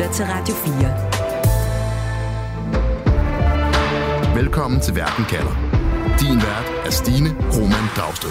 lytter til Radio 4. Velkommen til Verden kalder. Din vært er Stine Krohmann Dragsted.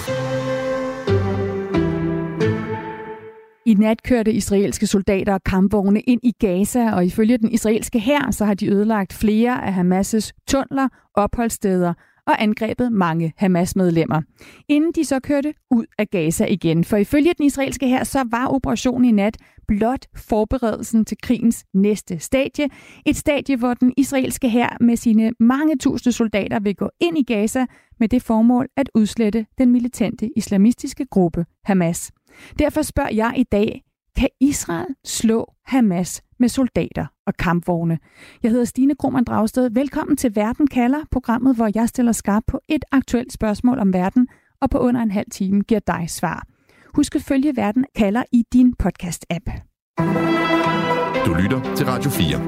I nat kørte israelske soldater og kampvogne ind i Gaza, og ifølge den israelske hær, så har de ødelagt flere af Hamas' tunneler, opholdssteder og angrebet mange Hamas-medlemmer, inden de så kørte ud af Gaza igen. For ifølge den israelske hær, så var operationen i nat blot forberedelsen til krigens næste stadie. Et stadie, hvor den israelske hær med sine mange tusinde soldater vil gå ind i Gaza med det formål at udslette den militante islamistiske gruppe Hamas. Derfor spørger jeg i dag, kan Israel slå Hamas med soldater og kampvogne? Jeg hedder Stine Krohmann Dragsted. Velkommen til Verden kalder, programmet, hvor jeg stiller skarp på et aktuelt spørgsmål om verden, og på under en halv time giver dig svar. Husk at følge Verden kalder i din podcast-app. Du lytter til Radio 4.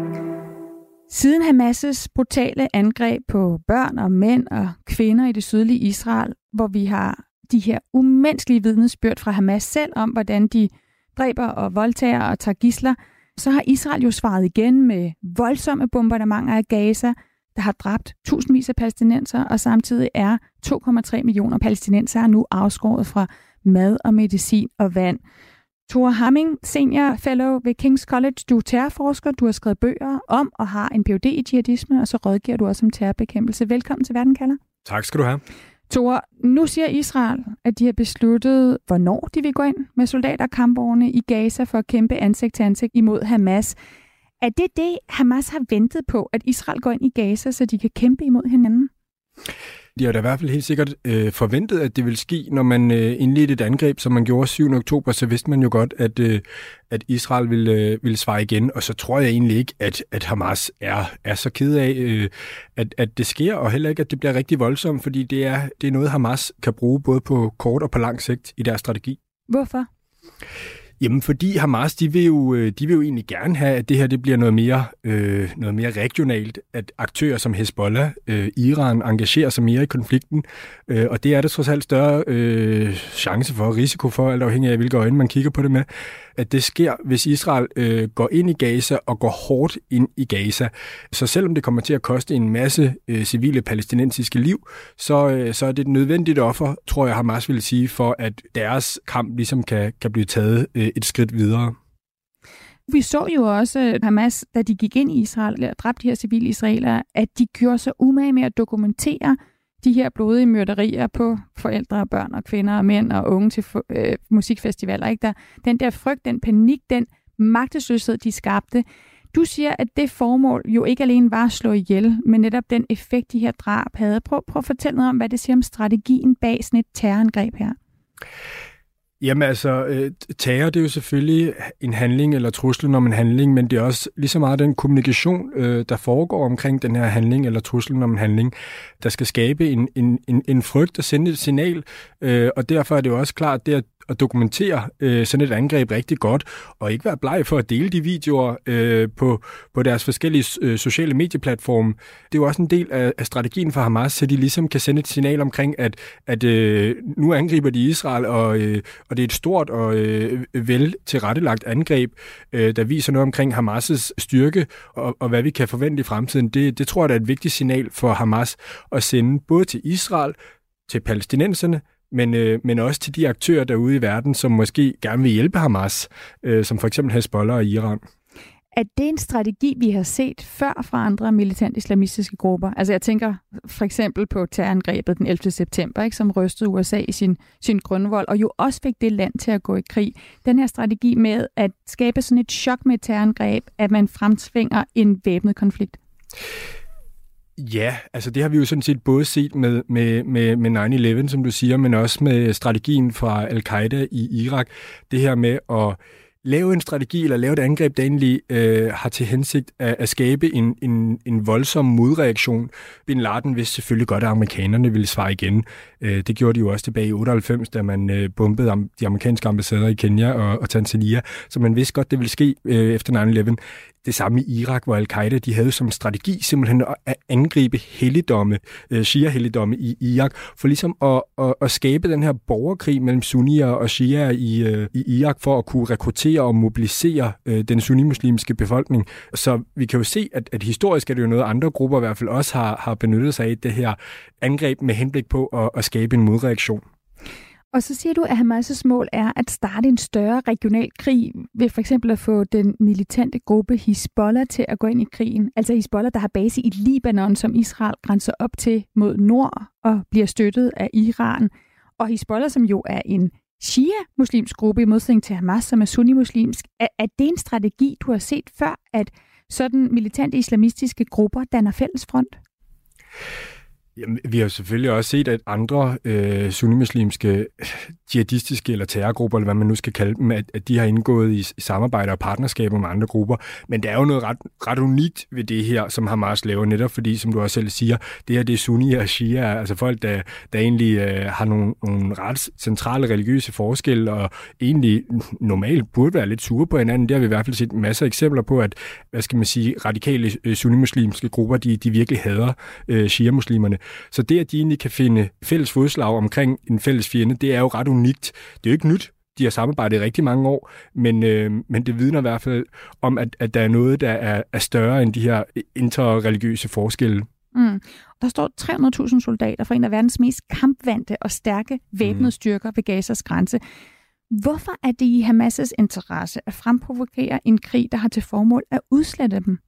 Siden Hamas' brutale angreb på børn og mænd og kvinder i det sydlige Israel, hvor vi har de her umenneskelige vidnesbyrd fra Hamas selv om, hvordan de dræber og voldtager og tager gidsler, så har Israel jo svaret igen med voldsomme bombardementer af Gaza, der har dræbt tusindvis af palæstinenser, og samtidig er 2,3 millioner palæstinensere nu afskåret fra mad og medicin og vand. Thor Hamming, senior fellow ved King's College, du er terrorforsker, du har skrevet bøger om og har en Ph.D. i jihadisme, og så rådgiver du også om terrorbekæmpelse. Velkommen til Verden kalder. Tak skal du have. Thor, nu siger Israel, at de har besluttet, hvornår de vil gå ind med soldater og kampvogne i Gaza for at kæmpe ansigt til ansigt imod Hamas. Er det, Hamas har ventet på, at Israel går ind i Gaza, så de kan kæmpe imod hinanden? De har da i hvert fald helt sikkert forventet, at det vil ske, når man indledte et angreb, som man gjorde 7. oktober, så vidste man jo godt, at Israel ville svare igen. Og så tror jeg egentlig ikke, at Hamas er så ked af, at det sker, og heller ikke, at det bliver rigtig voldsomt, fordi det er noget, Hamas kan bruge både på kort og på lang sigt i deres strategi. Hvorfor? Jamen, fordi Hamas, de vil jo egentlig gerne have, at det her det bliver noget mere regionalt, at aktører som Hezbollah, Iran engagerer sig mere i konflikten, og det er der trods alt større chance for, risiko for, alt afhængig af, hvilke øjne man kigger på det med, at det sker, hvis Israel går ind i Gaza og går hårdt ind i Gaza. Så selvom det kommer til at koste en masse civile palæstinensiske liv, så er det et nødvendigt offer, tror jeg, Hamas vil sige, for at deres kamp ligesom kan blive taget et skridt videre. Vi så jo også Hamas, da de gik ind i Israel og dræbte de her civile israelere, at de gjorde sig umage med at dokumentere de her blodige myrderier på forældre og børn og kvinder og mænd og unge til musikfestivaler. Ikke? Den der frygt, den panik, den magtesløshed, de skabte. Du siger, at det formål jo ikke alene var at slå ihjel, men netop den effekt, de her drab havde. Prøv at fortælle noget om, hvad det siger om strategien bag sådan et terrorangreb her. Jamen altså, terror, det er jo selvfølgelig en handling eller truslen om en handling, men det er også lige så meget den kommunikation, der foregår omkring den her handling eller truslen om en handling, der skal skabe en frygt og sende et signal, og derfor er det jo også klart, det at dokumentere sådan et angreb rigtig godt, og ikke være bleg for at dele de videoer på deres forskellige sociale medieplatforme. Det er jo også en del af strategien for Hamas, så de ligesom kan sende et signal omkring, at nu angriber de Israel, og det er et stort og vel tilrettelagt angreb, der viser noget omkring Hamas' styrke, og hvad vi kan forvente i fremtiden. Det tror jeg, der er et vigtigt signal for Hamas at sende både til Israel, til palæstinenserne, men også til de aktører derude i verden, som måske gerne vil hjælpe Hamas, som for eksempel Hezbollah og Iran. Er det en strategi, vi har set før fra andre militant islamistiske grupper? Altså jeg tænker for eksempel på terrorangrebet den 11. september, ikke, som rystede USA i sin grundvold, og jo også fik det land til at gå i krig. Den her strategi med at skabe sådan et chok med et terrorangreb, at man fremtvinger en væbnet konflikt. Ja, altså det har vi jo sådan set både set med 9/11, som du siger, men også med strategien fra Al-Qaida i Irak. Det her med at lave en strategi eller lave et angreb, der egentlig har til hensigt at skabe en voldsom modreaktion. Bin Laden vidste selvfølgelig godt, at amerikanerne ville svare igen. Det gjorde de jo også tilbage i 98, da man bombede de amerikanske ambassader i Kenya og Tanzania, så man vidste godt, det ville ske efter 9/11. Det samme i Irak, hvor Al-Qaida de havde som strategi simpelthen at angribe shia-helligdomme i Irak, for ligesom at skabe den her borgerkrig mellem sunnier og shia i Irak, for at kunne rekruttere rekruttere og mobilisere den sunnimuslimske befolkning. Så vi kan jo se, at historisk er det jo noget, andre grupper i hvert fald også har benyttet sig af det her angreb med henblik på at skabe en modreaktion. Og så siger du, at Hamas' mål er at starte en større regional krig ved for eksempel at få den militante gruppe Hizbollah til at gå ind i krigen. Altså Hizbollah, der har base i Libanon, som Israel grænser op til mod nord og bliver støttet af Iran. Og Hizbollah, som jo er en shia-muslimsk gruppe i modsætning til Hamas, som er sunni-muslimsk. Er det en strategi, du har set før, at sådan militante islamistiske grupper danner fælles front? Jamen, vi har selvfølgelig også set, at andre sunnimuslimske jihadistiske eller terrorgrupper, eller hvad man nu skal kalde dem, at de har indgået i samarbejder og partnerskaber med andre grupper. Men der er jo noget ret unikt ved det her, som Hamas laver, netop fordi, som du også selv siger, det her det er sunni og shia, altså folk, der egentlig har nogle ret centrale religiøse forskelle, og egentlig normalt burde være lidt sure på hinanden. Det har vi i hvert fald set masser af eksempler på, at, radikale sunnimuslimske grupper, de virkelig hader shia-muslimerne. Så det, at de egentlig kan finde fælles fodslag omkring en fælles fjende, det er jo ret unikt. Det er jo ikke nyt. De har samarbejdet i rigtig mange år, men det vidner i hvert fald om, at der er noget, der er større end de her interreligiøse forskelle. Der står 300.000 soldater fra en af verdens mest kampvante og stærke væbnede styrker ved Gazas grænse. Hvorfor er det i Hamas' interesse at fremprovokere en krig, der har til formål at udslette dem?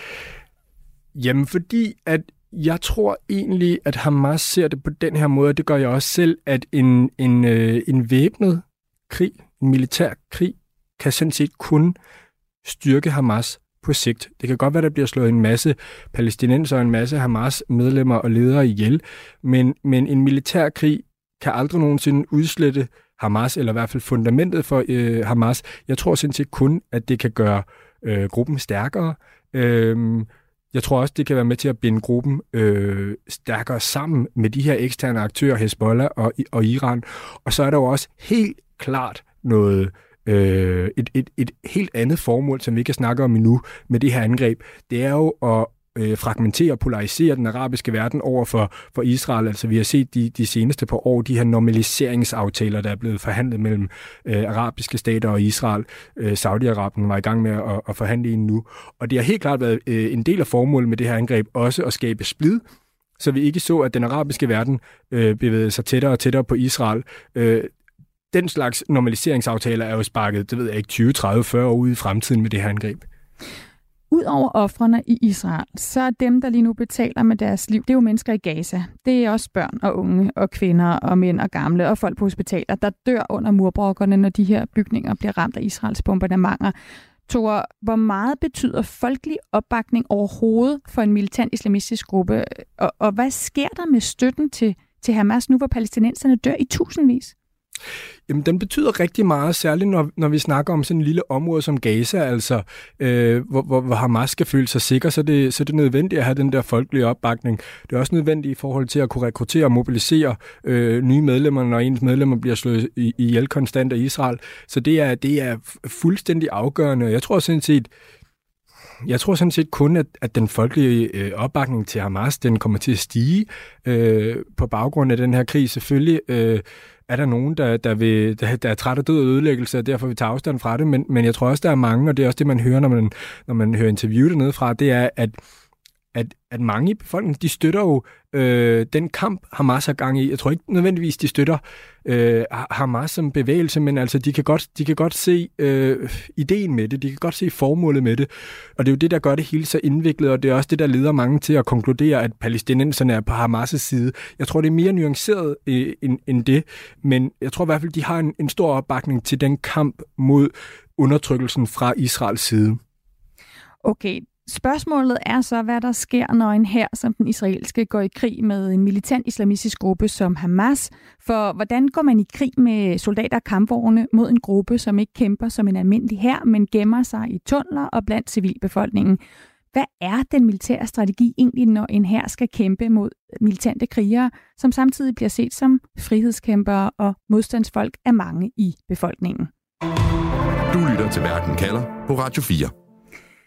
Jamen, fordi at jeg tror egentlig, at Hamas ser det på den her måde, og det gør jeg også selv, at en væbnet krig, en militær krig, kan sådan set kun styrke Hamas på sigt. Det kan godt være, der bliver slået en masse palæstinenser og en masse Hamas-medlemmer og ledere ihjel, men en militær krig kan aldrig nogensinde udslette Hamas, eller i hvert fald fundamentet for Hamas. Jeg tror sådan set kun, at det kan gøre gruppen stærkere. Jeg tror også, det kan være med til at binde gruppen stærkere sammen med de her eksterne aktører, Hezbollah og Iran. Og så er der jo også helt klart noget, et helt andet formål, som vi kan snakke om endnu med det her angreb. Det er jo at fragmentere og polarisere den arabiske verden over for Israel. Altså vi har set de seneste par år, de her normaliseringsaftaler, der er blevet forhandlet mellem arabiske stater og Israel. Saudi-Arabien var i gang med at forhandle en nu. Og det har helt klart været en del af formålet med det her angreb også at skabe splid, så vi ikke så, at den arabiske verden bevægede sig tættere og tættere på Israel. Den slags normaliseringsaftaler er jo sparket, det ved jeg ikke, 20, 30, 40 år ude i fremtiden med det her angreb. Udover ofrene i Israel, så er dem, der lige nu betaler med deres liv, det er jo mennesker i Gaza. Det er også børn og unge og kvinder og mænd og gamle og folk på hospitaler, der dør under murbrokkerne, når de her bygninger bliver ramt af Israels bombardementer. Tore, hvor meget betyder folkelig opbakning overhovedet for en militant islamistisk gruppe? Og hvad sker der med støtten til Hamas nu, hvor palæstinenserne dør i tusindvis? Jamen, den betyder rigtig meget, særligt når vi snakker om sådan en lille område som Gaza, altså hvor Hamas skal føle sig sikker, så er det nødvendigt at have den der folkelige opbakning. Det er også nødvendigt i forhold til at kunne rekruttere og mobilisere nye medlemmer, når ens medlemmer bliver slået ihjel konstant af Israel. Så det er fuldstændig afgørende. Jeg tror sådan set kun, at den folkelige opbakning til Hamas, den kommer til at stige på baggrund af den her krig. Selvfølgelig er der nogen, der er træt af død og ødelæggelse, og derfor vil tage afstand fra det, men jeg tror også, der er mange, og det er også det, man hører, når man hører interview dernede fra, det er, at mange i befolkningen, de støtter jo den kamp, Hamas har gang i. Jeg tror ikke nødvendigvis, de støtter Hamas som bevægelse, men altså, de kan godt se ideen med det, de kan godt se formålet med det, og det er jo det, der gør det hele så indviklet, og det er også det, der leder mange til at konkludere, at palæstinenserne er på Hamas' side. Jeg tror, det er mere nuanceret end det, men jeg tror i hvert fald, de har en stor opbakning til den kamp mod undertrykkelsen fra Israels side. Okay. Spørgsmålet er så, hvad der sker, når en hær som den israelske går i krig med en militant islamistisk gruppe som Hamas. For hvordan går man i krig med soldater og kampvogne mod en gruppe, som ikke kæmper som en almindelig hær, men gemmer sig i tunneler og blandt civilbefolkningen? Hvad er den militære strategi egentlig, når en hær skal kæmpe mod militante krigere, som samtidig bliver set som frihedskæmpere og modstandsfolk af mange i befolkningen? Du lytter til Verden kalder på Radio 4.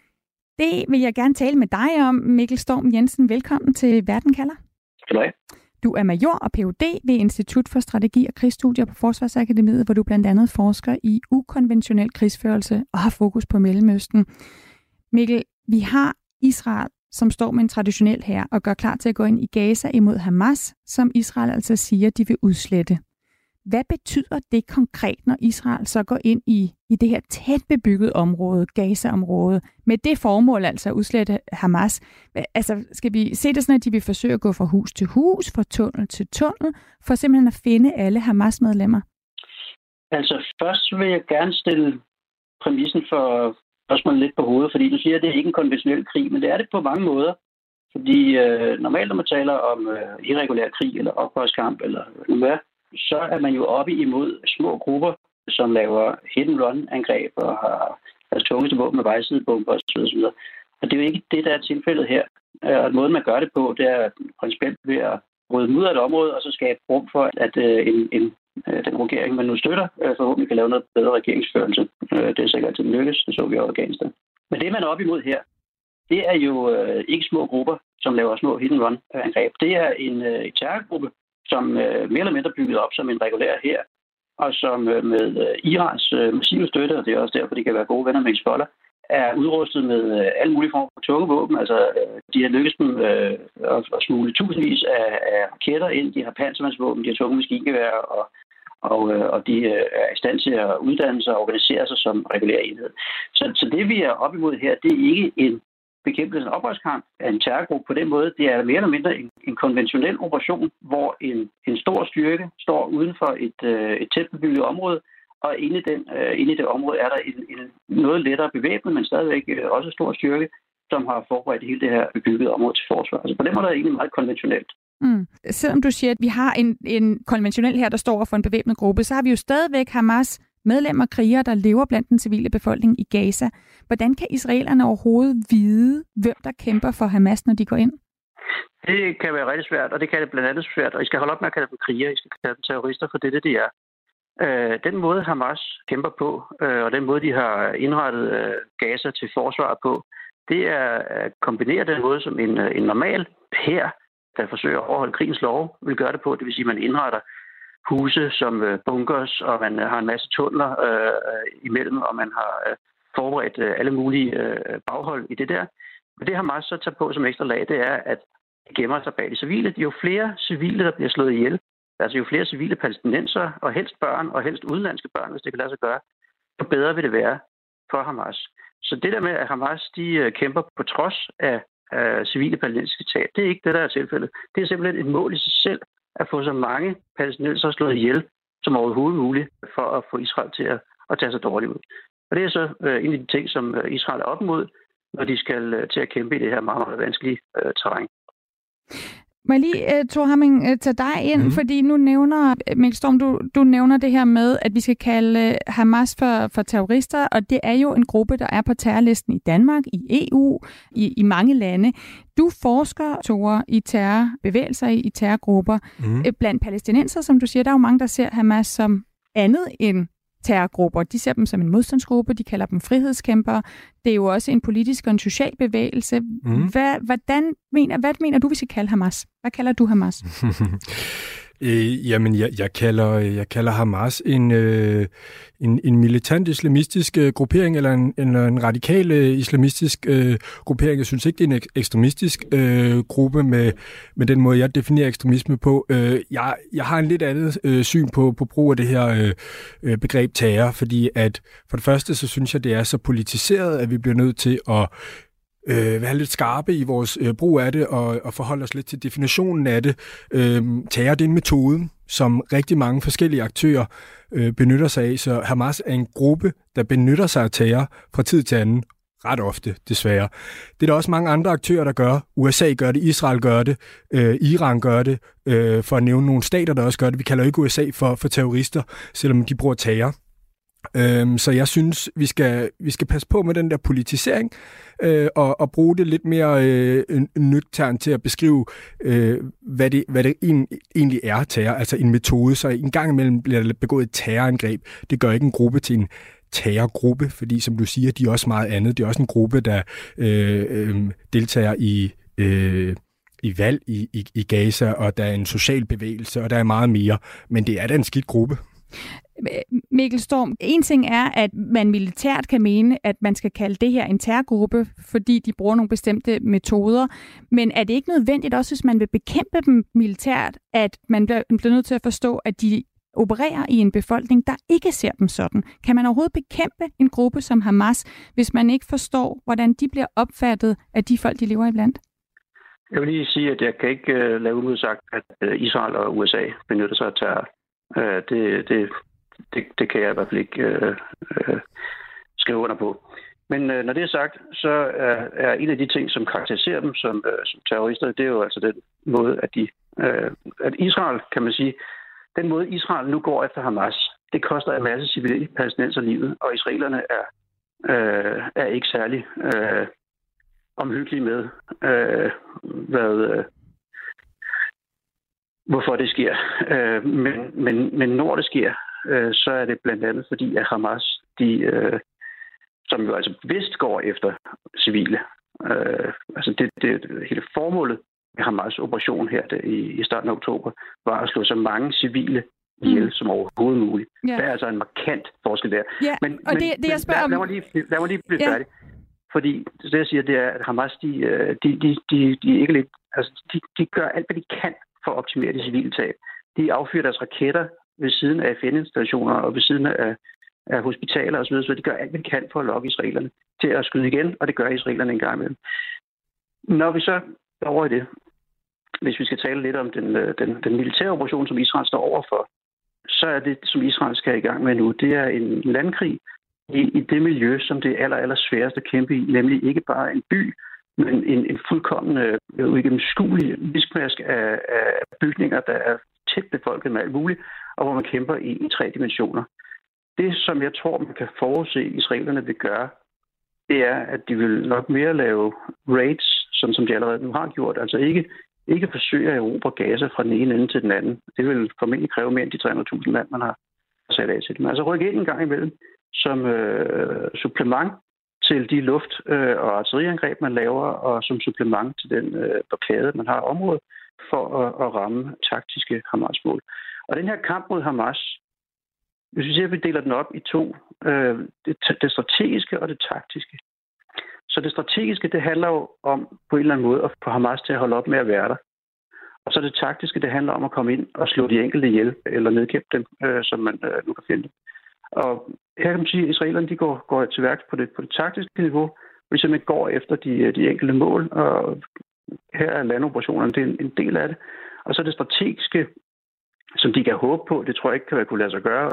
Det vil jeg gerne tale med dig om, Mikkel Storm Jensen. Velkommen til Verden kalder. Skal du have. Du er major og Ph.D. ved Institut for Strategi og Krigsstudier på Forsvarsakademiet, hvor du blandt andet forsker i ukonventionel krigsførelse og har fokus på Mellemøsten. Mikkel, vi har Israel, som står med en traditionel hær og gør klar til at gå ind i Gaza imod Hamas, som Israel altså siger, de vil udslette. Hvad betyder det konkret, når Israel så går ind i det her tæt bebyggede område, Gaza-området, med det formål altså at udslette Hamas? Altså, skal vi se det sådan, at de vil forsøge at gå fra hus til hus, fra tunnel til tunnel, for simpelthen at finde alle Hamas-medlemmer? Altså, først vil jeg gerne stille præmissen for spørgsmålet lidt på hovedet, fordi du siger, at det er ikke en konventionel krig, men det er det på mange måder. Fordi normalt, når man taler om irregulær krig eller oprørskamp eller hvad, så er man jo oppe imod små grupper, som laver hit-and-run-angreb og har deres tungeste våben med vejsidebomber osv. Og det er jo ikke det, der er tilfældet her. Og måden, man gør det på, det er principielt ved at rydde ud af et område og så skabe rum for, at den regering, man nu støtter, forhåbentlig kan lave noget bedre regeringsførelse. Det er sikkert altid lykkes, det så vi i Afghanistan. Men det, man er op imod her, det er jo ikke små grupper, som laver små hit-and-run-angreb. Det er en terrorgruppe, som mere eller mindre bygget op som en regulær hær, og som med Irans massive støtte, og det er også derfor, de kan være gode venner med Hizbollah, er udrustet med alle mulige former for tunge våben. Altså, de har lykkes dem at smule tusindvis af raketter ind, de har pansermandsvåben, de har tunge maskingeværer, og de er i stand til at uddanne sig og organisere sig som regulær enhed. Så det, vi er op imod her, det er ikke en bekæmpelse af en oprørskamp af en terrorgruppe på den måde. Det er mere eller mindre en konventionel operation, hvor en stor styrke står uden for et tæt bebygget område, og inde i det område er der en noget lettere bevæbnet, men stadigvæk også stor styrke, som har forberedt hele det her bebyggede område til forsvar. Altså på den måde er det egentlig meget konventionelt. Selvom du siger, at vi har en konventionel her, der står for en bevæbnet gruppe, så har vi jo stadigvæk Hamas medlemmer og krigere, der lever blandt den civile befolkning i Gaza. Hvordan kan israelerne overhovedet vide, hvem der kæmper for Hamas, når de går ind? Det kan være rigtig svært, og det kan det blandt andet svært. Og I skal holde op med at kalde dem krigere, I skal kalde dem terrorister, for det de er. Den måde Hamas kæmper på, og den måde de har indrettet Gaza til forsvar på, det er at kombinere den måde, som en normal hær, der forsøger at overholde krigens lov, vil gøre det på. Det vil sige, at man indretter huse som bunkers, og man har en masse tunneler imellem, og man har forberedt alle mulige baghold i det der. Men det Hamas så tager på som ekstra lag, det er, at de gemmer sig bag de civile. Jo flere civile, der bliver slået ihjel, altså jo flere civile palæstinenser, og helst børn, og helst udenlandske børn, hvis det kan lade sig gøre, jo bedre vil det være for Hamas. Så det der med, at Hamas de kæmper på trods af civile palæstinensiske tab, det er ikke det, der er tilfældet. Det er simpelthen et mål i sig selv, at få så mange palæstinenser slået ihjel som overhovedet muligt, for at få Israel til at tage sig dårligt ud. Og det er så en af de ting, som Israel er op imod, når de skal til at kæmpe i det her meget, meget vanskelige terræn. Må jeg lige, Thor Hamming, tage dig ind, fordi nu nævner, Mikkel Storm, du nævner det her med, at vi skal kalde Hamas for terrorister, og det er jo en gruppe, der er på terrorlisten i Danmark, i EU, i mange lande. Du forsker, Thor, i terrorbevægelser, i terrorgrupper. Blandt palæstinenser, som du siger, der er jo mange, der ser Hamas som andet end terrorgrupper. De ser dem som en modstandsgruppe, de kalder dem frihedskæmpere. Det er jo også en politisk og en social bevægelse. Hvad mener du, vi skal kalde Hamas? Hvad kalder du Hamas? Jamen, jeg kalder Hamas en militant islamistisk gruppering, eller en radikal islamistisk gruppering. Jeg synes ikke, det er en ekstremistisk gruppe med den måde, jeg definerer ekstremisme på. Jeg har en lidt andet syn på brug af det her begreb terror, fordi at for det første, så synes jeg, det er så politiseret, at vi bliver nødt til at være lidt skarpe i vores brug af det, og forholde os lidt til definitionen af det. Terror, det er en metode, som rigtig mange forskellige aktører benytter sig af, så Hamas er en gruppe, der benytter sig af terror fra tid til anden, ret ofte, desværre. Det er der også mange andre aktører, der gør. USA gør det, Israel gør det, Iran gør det, for at nævne nogle stater, der også gør det. Vi kalder ikke USA for terrorister, selvom de bruger terror. Så jeg synes, vi skal passe på med den der politisering og bruge det lidt mere nøgternt til at beskrive, hvad det egentlig er terror, altså en metode. Så en gang imellem bliver der begået et terrorangreb. Det gør ikke en gruppe til en terrorgruppe, fordi som du siger, de er også meget andet. Det er også en gruppe, der deltager i i valg i Gaza, og der er en social bevægelse, og der er meget mere. Men det er da en skidt gruppe. Mikkel Storm, en ting er, at man militært kan mene, at man skal kalde det her en terrorgruppe, fordi de bruger nogle bestemte metoder. Men er det ikke nødvendigt også, hvis man vil bekæmpe dem militært, at man bliver nødt til at forstå, at de opererer i en befolkning, der ikke ser dem sådan? Kan man overhovedet bekæmpe en gruppe som Hamas, hvis man ikke forstår, hvordan de bliver opfattet af de folk, de lever iblandt? Jeg vil lige sige, at jeg kan ikke lave udsagt, at Israel og USA benytter sig af terror. Det kan jeg i hvert fald ikke skrive under på. Men når det er sagt, så er en af de ting, som karakteriserer dem som terrorister, det er jo altså den måde, at Israel, kan man sige, den måde Israel nu går efter Hamas, det koster en masse civile palæstinenser livet, og israelerne er ikke særlig omhyggelige med, hvorfor det sker. Men når det sker, så er det blandt andet fordi, at Hamas, som jo altså bevidst går efter civile, altså det hele formålet med Hamas operation her i starten af oktober, var at slå så mange civile ihjel som overhovedet muligt. Yeah. Der er altså en markant forskel der. Yeah. Men jeg spørger om... Lad mig lige blive færdig. Fordi det jeg siger, det er, at Hamas, de ikke lidt, altså de gør alt, hvad de kan for at optimere de civile tab. De affyrer deres raketter ved siden af FN-installationer og ved siden af hospitaler osv., så de gør alt, hvad de kan for at lokke israelerne til at skyde igen, og det gør israelerne en gang imellem. Når vi så over i det, hvis vi skal tale lidt om den militære operation, som Israel står overfor, så er det, som Israel skal i gang med nu, det er en landkrig i det miljø, som det er aller sværest at kæmpe i, nemlig ikke bare en by, men en fuldkommen uigennemskuelig miskmask af bygninger, der er tæt befolket med alt muligt, og hvor man kæmper i 3 dimensioner. Det, som jeg tror, man kan forudse, israelerne vil gøre, det er, at de vil nok mere lave raids, sådan som de allerede nu har gjort. Altså ikke forsøge at erobre Gaza fra den ene ende til den anden. Det vil formentlig kræve mere end de 300.000 mand, man har sat af til dem. Altså rykke ind en gang imellem som supplement til de luft- og artilleriangreb, man laver, og som supplement til den blokade, man har af området, for at ramme taktiske Hamas-mål. Og den her kamp mod Hamas, hvis vi siger, at vi deler den op i 2, det strategiske og det taktiske. Så det strategiske, det handler jo om på en eller anden måde at få Hamas til at holde op med at være der. Og så det taktiske, det handler om at komme ind og slå de enkelte ihjel, eller nedkæmpe dem, som man nu kan finde. Og her kan man sige, at israelerne de går til værks på det taktiske niveau, og de simpelthen går efter de enkelte mål, og her er landoperationerne, det er en del af det. Og så det strategiske, som de kan håbe på, det tror jeg ikke kan kunne lade sig gøre,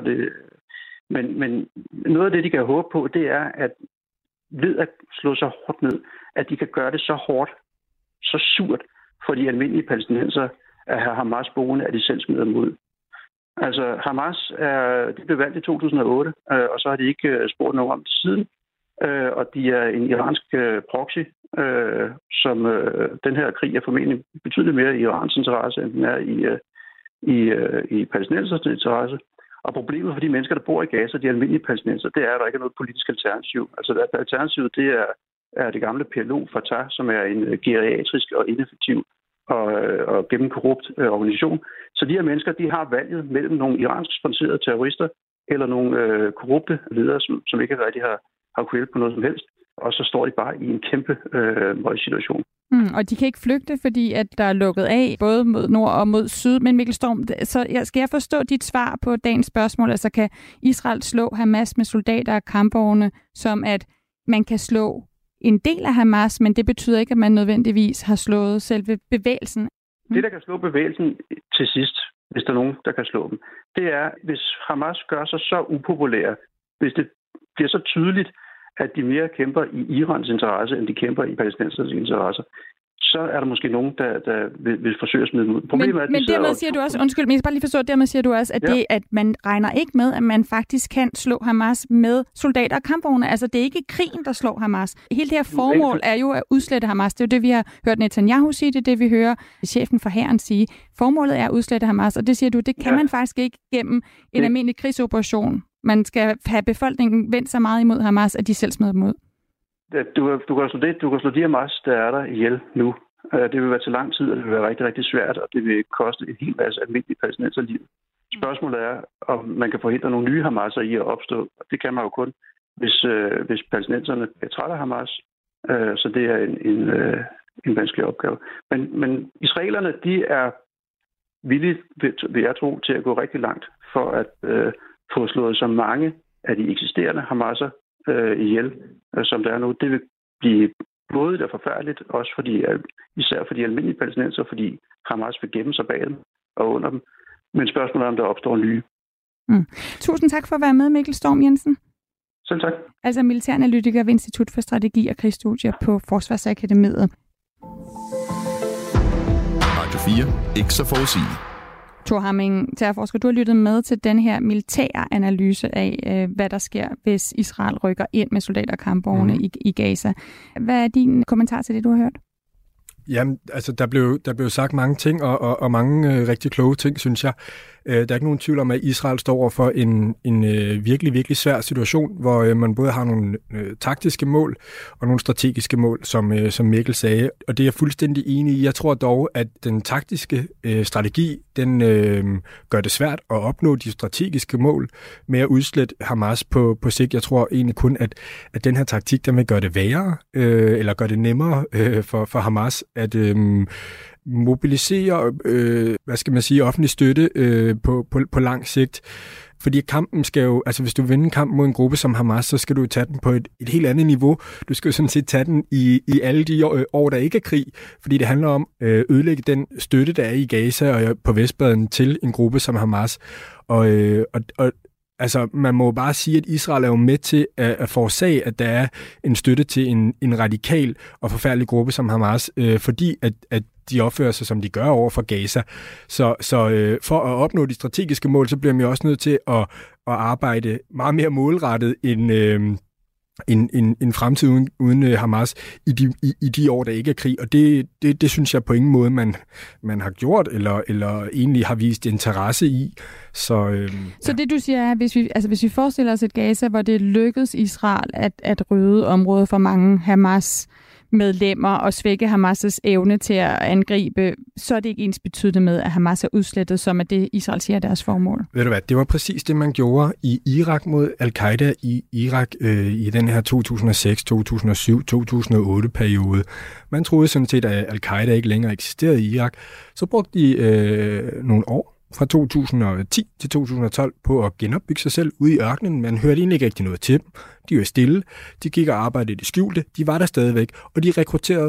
men noget af det, de kan håbe på, det er, at ved at slå så hårdt ned, at de kan gøre det så hårdt, så surt for de almindelige palæstinenser at have Hamas boende, at de selv smider dem ud. Altså Hamas de blev valgt i 2008, og så har de ikke spurgt nogen om det siden. Og de er en iransk proxy, som den her krig er formentlig betydeligt mere i Irans interesse, end den er i palæstinensers interesse. Og problemet for de mennesker, der bor i Gaza, de almindelige palæstinenser, det er, at der ikke er noget politisk alternativ. Altså alternativet, det er det gamle PLO, Fatah, som er en geriatrisk og ineffektiv og gennemkorrupt organisation. Så de her mennesker, de har valget mellem nogle iransk sponserede terrorister eller nogle korrupte ledere, som ikke rigtig har kunnet hjælpe på noget som helst. Og så står de bare i en kæmpe situation. Og de kan ikke flygte, fordi at der er lukket af, både mod nord og mod syd. Men Mikkel Storm, så skal jeg forstå dit svar på dagens spørgsmål? Altså kan Israel slå Hamas med soldater og kampvogne, som at man kan slå en del af Hamas, men det betyder ikke, at man nødvendigvis har slået selve bevægelsen? Det, der kan slå bevægelsen til sidst, hvis der er nogen, der kan slå dem, det er, hvis Hamas gør sig så upopulære, hvis det bliver så tydeligt, at de mere kæmper i Irans interesse, end de kæmper i palæstinensernes interesse, så er der måske nogen, der vil forsøge at smide dem ud. Men dermed siger du også, undskyld, men jeg skal bare lige forstå, dermed siger du også, at, at man regner ikke med, at man faktisk kan slå Hamas med soldater og kampvogne. Altså, det er ikke krigen, der slår Hamas. Hele det her formål er jo at udslette Hamas. Det er jo det, vi har hørt Netanyahu sige, det er det, vi hører chefen for hæren sige. Formålet er at udslette Hamas, og det siger du, det kan man faktisk ikke gennem en almindelig krigsoperation. Man skal have befolkningen vendt sig meget imod Hamas, at de selv smider dem ud. Du kan slå de Hamas, der er der ihjel nu. Det vil være til lang tid, og det vil være rigtig, rigtig svært, og det vil koste en hel masse almindelige palæstinenserliv. Spørgsmålet er, om man kan forhindre nogle nye Hamas'er i at opstå. Det kan man jo kun, hvis palæstinenserne er trætte af Hamas. Så det er en vanskelig opgave. Men israelerne, de er villige, vil jeg tro, til at gå rigtig langt for at få slået så mange af de eksisterende Hamas'er ihjel, som der er nu. Det vil blive både der forfærdeligt, også især for de almindelige palæstinenser, fordi Hamas vil gemme sig bag dem og under dem. Men spørgsmålet er, om der opstår nye. Tusind tak for at være med, Mikkel Storm Jensen. Selv tak. Altså militæranalytiker ved Institut for Strategi og Krigsstudier på Forsvarsakademiet. Radio 4. Ikke så forudsigeligt. Thor Hamming, terrorforsker, du har lyttet med til den her militære analyse af, hvad der sker, hvis Israel rykker ind med soldater og kampvogne i Gaza. Hvad er din kommentar til det, du har hørt? Jamen, altså, der blev sagt mange ting, og mange rigtig kloge ting, synes jeg. Der er ikke nogen tvivl om, at Israel står over for en virkelig, virkelig svær situation, hvor man både har nogle taktiske mål og nogle strategiske mål, som Mikkel sagde. Og det er jeg fuldstændig enig i. Jeg tror dog, at den taktiske strategi, den gør det svært at opnå de strategiske mål med at udslette Hamas på sigt. Jeg tror egentlig kun, at den her taktik, den vil gøre det værre, eller gøre det nemmere for Hamas at mobilisere, offentlig støtte på lang sigt. Fordi kampen skal jo, altså hvis du vinder en kamp mod en gruppe som Hamas, så skal du tage den på et helt andet niveau. Du skal jo sådan set tage den i alle de år, der ikke er krig, fordi det handler om at ødelægge den støtte, der er i Gaza og på Vestbredden til en gruppe som Hamas. Og altså, man må bare sige, at Israel er jo med til at forårsage, at der er en støtte til en radikal og forfærdelig gruppe som Hamas, fordi at de opfører sig, som de gør over for Gaza. Så for at opnå de strategiske mål, så bliver man jo også nødt til at arbejde meget mere målrettet end en fremtid uden Hamas i de år, der ikke er krig. Og det synes jeg på ingen måde, man har gjort, eller egentlig har vist interesse i. Så det du siger er, hvis vi forestiller os et Gaza, hvor det lykkedes Israel at rydde området for mange Hamas-medlemmer og svække Hamas' evne til at angribe, så er det ikke ens betydende med, at Hamas er udslettet, som at det Israel siger er deres formål. Ved du hvad, det var præcis det, man gjorde i Irak mod Al-Qaida i Irak i den her 2006, 2007, 2008 periode. Man troede sådan set, at Al-Qaida ikke længere eksisterede i Irak. Så brugte de nogle år fra 2010 til 2012 på at genopbygge sig selv ude i ørkenen. Man hørte egentlig ikke rigtig noget til dem. De var stille. De gik og arbejdede i det skjulte. De var der stadigvæk. Og de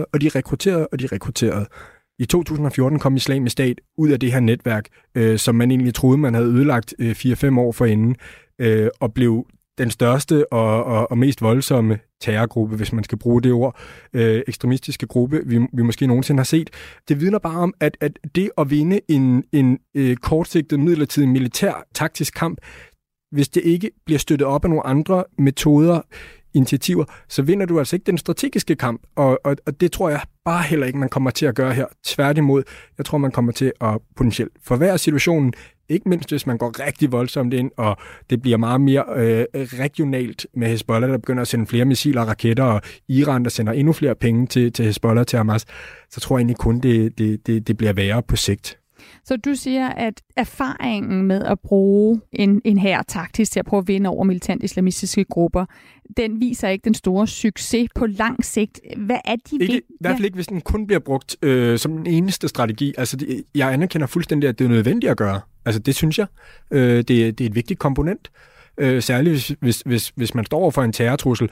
rekrutterede. I 2014 kom Islamisk Stat ud af det her netværk, som man egentlig troede, man havde ødelagt 4-5 år forinden, og blev den største og mest voldsomme terrorgruppe, hvis man skal bruge det ord, ekstremistiske gruppe, vi måske nogensinde har set. Det vidner bare om, at det at vinde en kortsigtet, midlertidig militær taktisk kamp, hvis det ikke bliver støttet op af nogle andre metoder, initiativer, så vinder du altså ikke den strategiske kamp, og det tror jeg bare heller ikke, man kommer til at gøre her. Tværtimod, jeg tror, man kommer til at potentielt forværre situationen, ikke mindst hvis man går rigtig voldsomt ind, og det bliver meget mere regionalt med Hezbollah, der begynder at sende flere missiler og raketter, og Iran, der sender endnu flere penge til Hezbollah, til Hamas, så tror jeg egentlig kun, det bliver værre på sigt. Så du siger, at erfaringen med at bruge en hær taktisk til at prøve at vinde over militant islamistiske grupper, den viser ikke den store succes på lang sigt. Hvad er de I hvert fald ikke, hvis den kun bliver brugt som den eneste strategi. Altså, jeg anerkender fuldstændig, at det er nødvendigt at gøre. Altså, det synes jeg. Det er et vigtigt komponent. Særligt hvis man står over for en terrortrussel,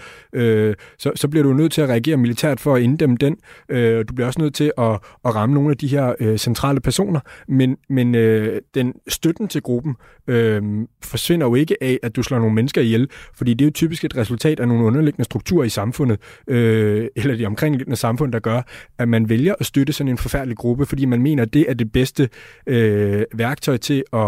så bliver du nødt til at reagere militært for at inddæmme den. Du bliver også nødt til at ramme nogle af de her centrale personer, men den støtten til gruppen forsvinder jo ikke af, at du slår nogle mennesker ihjel, fordi det er jo typisk et resultat af nogle underliggende strukturer i samfundet, eller de omkringliggende samfund, der gør, at man vælger at støtte sådan en forfærdelig gruppe, fordi man mener, at det er det bedste værktøj til at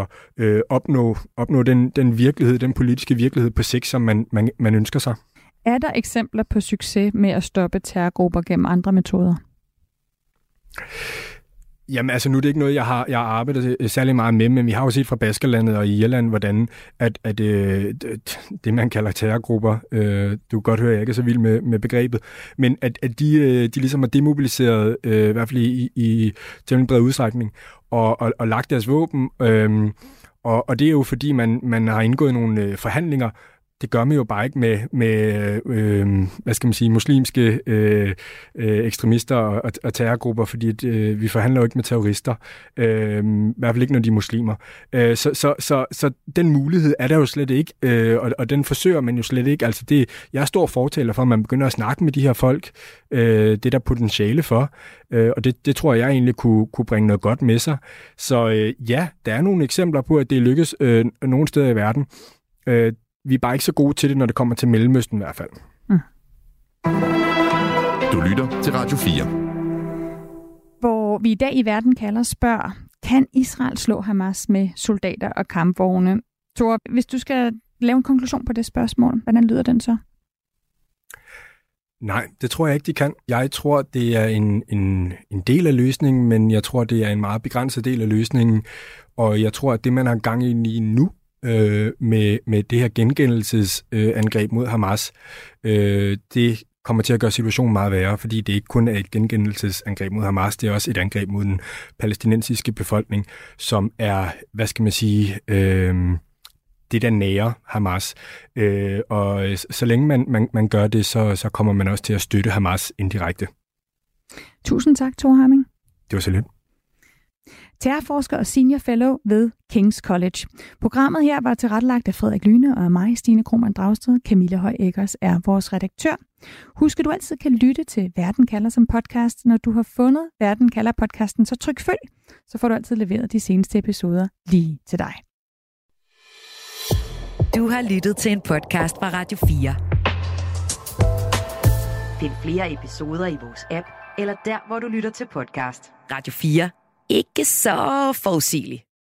opnå den virkelighed, den politiske virkelighed på sigt, som man ønsker sig. Er der eksempler på succes med at stoppe terrorgrupper gennem andre metoder? Jamen altså, nu er det ikke noget, jeg har arbejdet særlig meget med, men vi har jo set fra Baskerlandet og i Irland, hvordan at det, man kalder terrorgrupper, du kan godt høre, jeg ikke er så vild med begrebet, men at de ligesom har demobiliseret, i hvert fald i temmelig bred udstrækning, og lagt deres våben, og det er jo fordi, man har indgået nogle forhandlinger. Det gør man jo bare ikke med hvad skal man sige, muslimske ekstremister og terrorgrupper, fordi vi forhandler jo ikke med terrorister, i hvert fald ikke, når de er muslimer. Så den mulighed er der jo slet ikke, og den forsøger man jo slet ikke. Altså jeg er stor fortaler for, at man begynder at snakke med de her folk, det er der potentiale for, og det tror jeg egentlig kunne bringe noget godt med sig. Så ja, der er nogle eksempler på, at det lykkes nogle steder i verden. Vi er bare ikke så gode til det, når det kommer til Mellemøsten i hvert fald. Du lytter til Radio 4. Hvor vi i dag i Verden kalder spørger, kan Israel slå Hamas med soldater og kampvogne? Thor, hvis du skal lave en konklusion på det spørgsmål, hvordan lyder den så? Nej, det tror jeg ikke, de kan. Jeg tror, det er en del af løsningen, men jeg tror, det er en meget begrænset del af løsningen. Og jeg tror, at det, man har gang i lige nu, med det her gengældelsesangreb mod Hamas, det kommer til at gøre situationen meget værre, fordi det ikke kun er et gengældelsesangreb mod Hamas, det er også et angreb mod den palæstinensiske befolkning, som er, hvad skal man sige, det der nærer Hamas. Og så længe man gør det, så kommer man også til at støtte Hamas indirekte. Tusind tak, Thor Harming. Det var så lidt. Terrorforsker og senior fellow ved King's College. Programmet her var tilrettelagt af Frederik Lyne og mig, Stine Krohmann Dragsted. Camilla Høj Eggers er vores redaktør. Husk, at du altid kan lytte til Verden kalder som podcast. Når du har fundet Verden kalder podcasten, så tryk følg. Så får du altid leveret de seneste episoder lige til dig. Du har lyttet til en podcast fra Radio 4. Find flere episoder i vores app, eller der, hvor du lytter til podcast. Radio 4. Ikke så forudsigeligt.